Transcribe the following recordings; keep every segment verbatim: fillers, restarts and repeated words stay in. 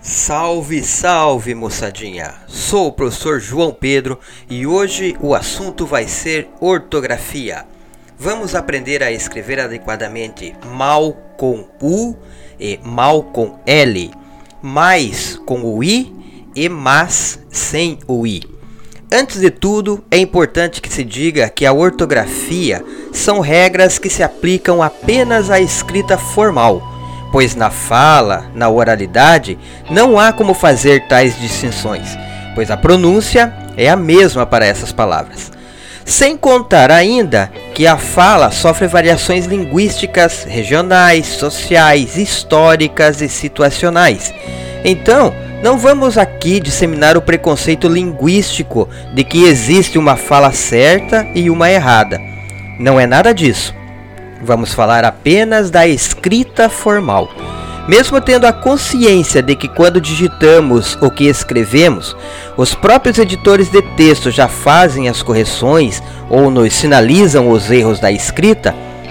Salve, salve, moçadinha! Sou o professor João Pedro e hoje o assunto vai ser ortografia. Vamos aprender a escrever adequadamente mal com U e mal com L, mais com o I e mas sem o I. Antes de tudo, é importante que se diga que a ortografia são regras que se aplicam apenas à escrita formal, pois na fala, na oralidade, não há como fazer tais distinções, pois a pronúncia é a mesma para essas palavras. Sem contar ainda que a fala sofre variações linguísticas, regionais, sociais, históricas e situacionais. Então, não vamos aqui disseminar o preconceito linguístico de que existe uma fala certa e uma errada. Não é nada disso. Vamos falar apenas da escrita formal. Mesmo tendo a consciência de que quando digitamos o que escrevemos, os próprios editores de texto já fazem as correções ou nos sinalizam os erros da escrita,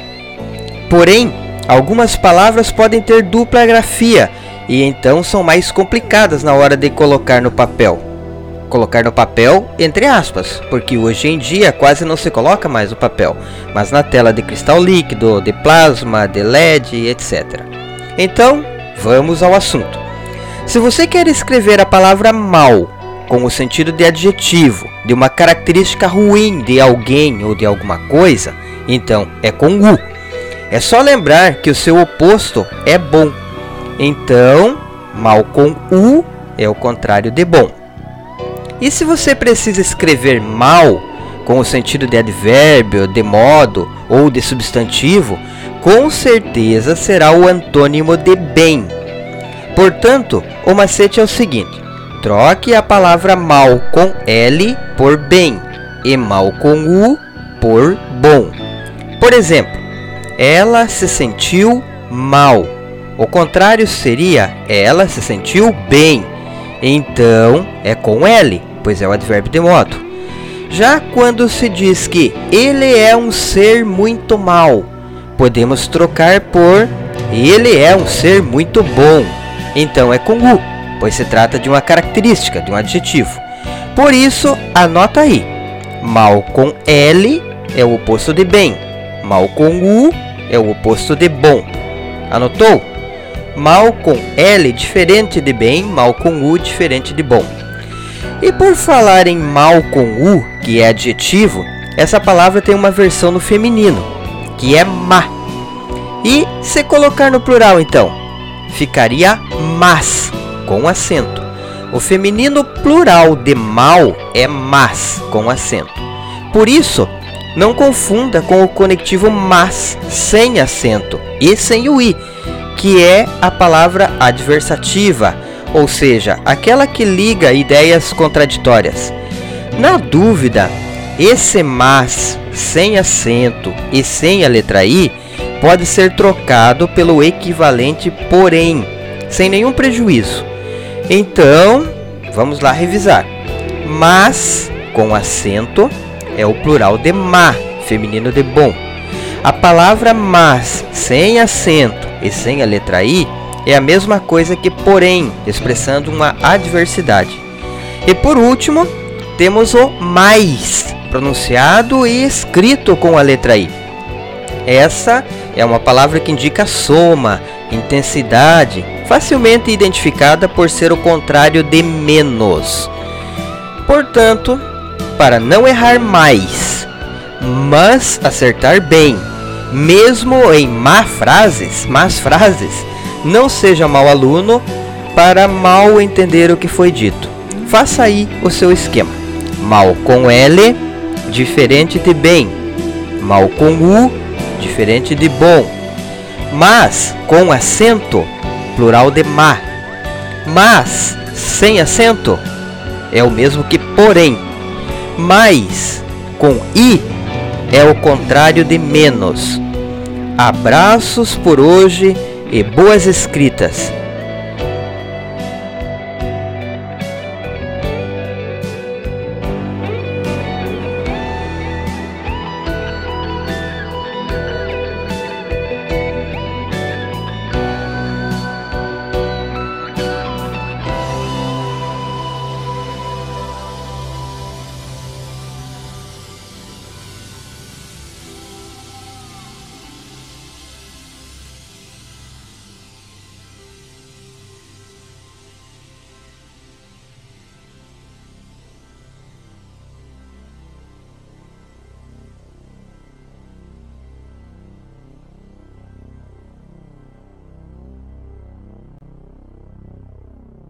porém, algumas palavras podem ter dupla grafia e então são mais complicadas na hora de colocar no papel. Colocar no papel, entre aspas, porque hoje em dia quase não se coloca mais o papel, mas na tela de cristal líquido, de plasma, de L E D, etcétera. Então, vamos ao assunto. Se você quer escrever a palavra mal com o sentido de adjetivo, de uma característica ruim de alguém ou de alguma coisa, então é com U. É só lembrar que o seu oposto é bom. Então, mal com U é o contrário de bom. E se você precisa escrever mal com o sentido de advérbio, de modo ou de substantivo, com certeza será o antônimo de bem. Portanto, o macete é o seguinte: troque a palavra mal com L por bem e mal com U por bom. Por exemplo, ela se sentiu mal. O contrário seria ela se sentiu bem. Então, é com L, pois é o advérbio de modo. Já quando se diz que ele é um ser muito mau, podemos trocar por ele é um ser muito bom. Então, é com U, pois se trata de uma característica, de um adjetivo. Por isso, anota aí. Mal com L é o oposto de bem. Mal com U é o oposto de bom. Anotou? Mal com L diferente de bem, mal com U diferente de bom. E por falar em mal com U, que é adjetivo, essa palavra tem uma versão no feminino, que é má. E se colocar no plural então, ficaria mas, com acento. O feminino plural de mal é mas, com acento. Por isso, não confunda com o conectivo mas, sem acento e sem o i, que é a palavra adversativa, ou seja, aquela que liga ideias contraditórias. Na dúvida, esse mas sem acento e sem a letra i pode ser trocado pelo equivalente porém, sem nenhum prejuízo. Então, vamos lá revisar. Mas com acento é o plural de má, feminino de bom. A palavra mas sem acento e sem a letra i é a mesma coisa que porém, expressando uma adversidade. E por último, temos o mais, pronunciado e escrito com a letra i. Essa é uma palavra que indica soma, intensidade, facilmente identificada por ser o contrário de menos. Portanto, para não errar mais, mas acertar bem, mesmo em má frases, más frases, não seja mau aluno para mal entender o que foi dito. Faça aí o seu esquema. Mal com L, diferente de bem. Mal com U, diferente de bom. Mas com acento, plural de má. Mas sem acento é o mesmo que porém. Mais com i é o contrário de menos. Abraços por hoje e boas escritas!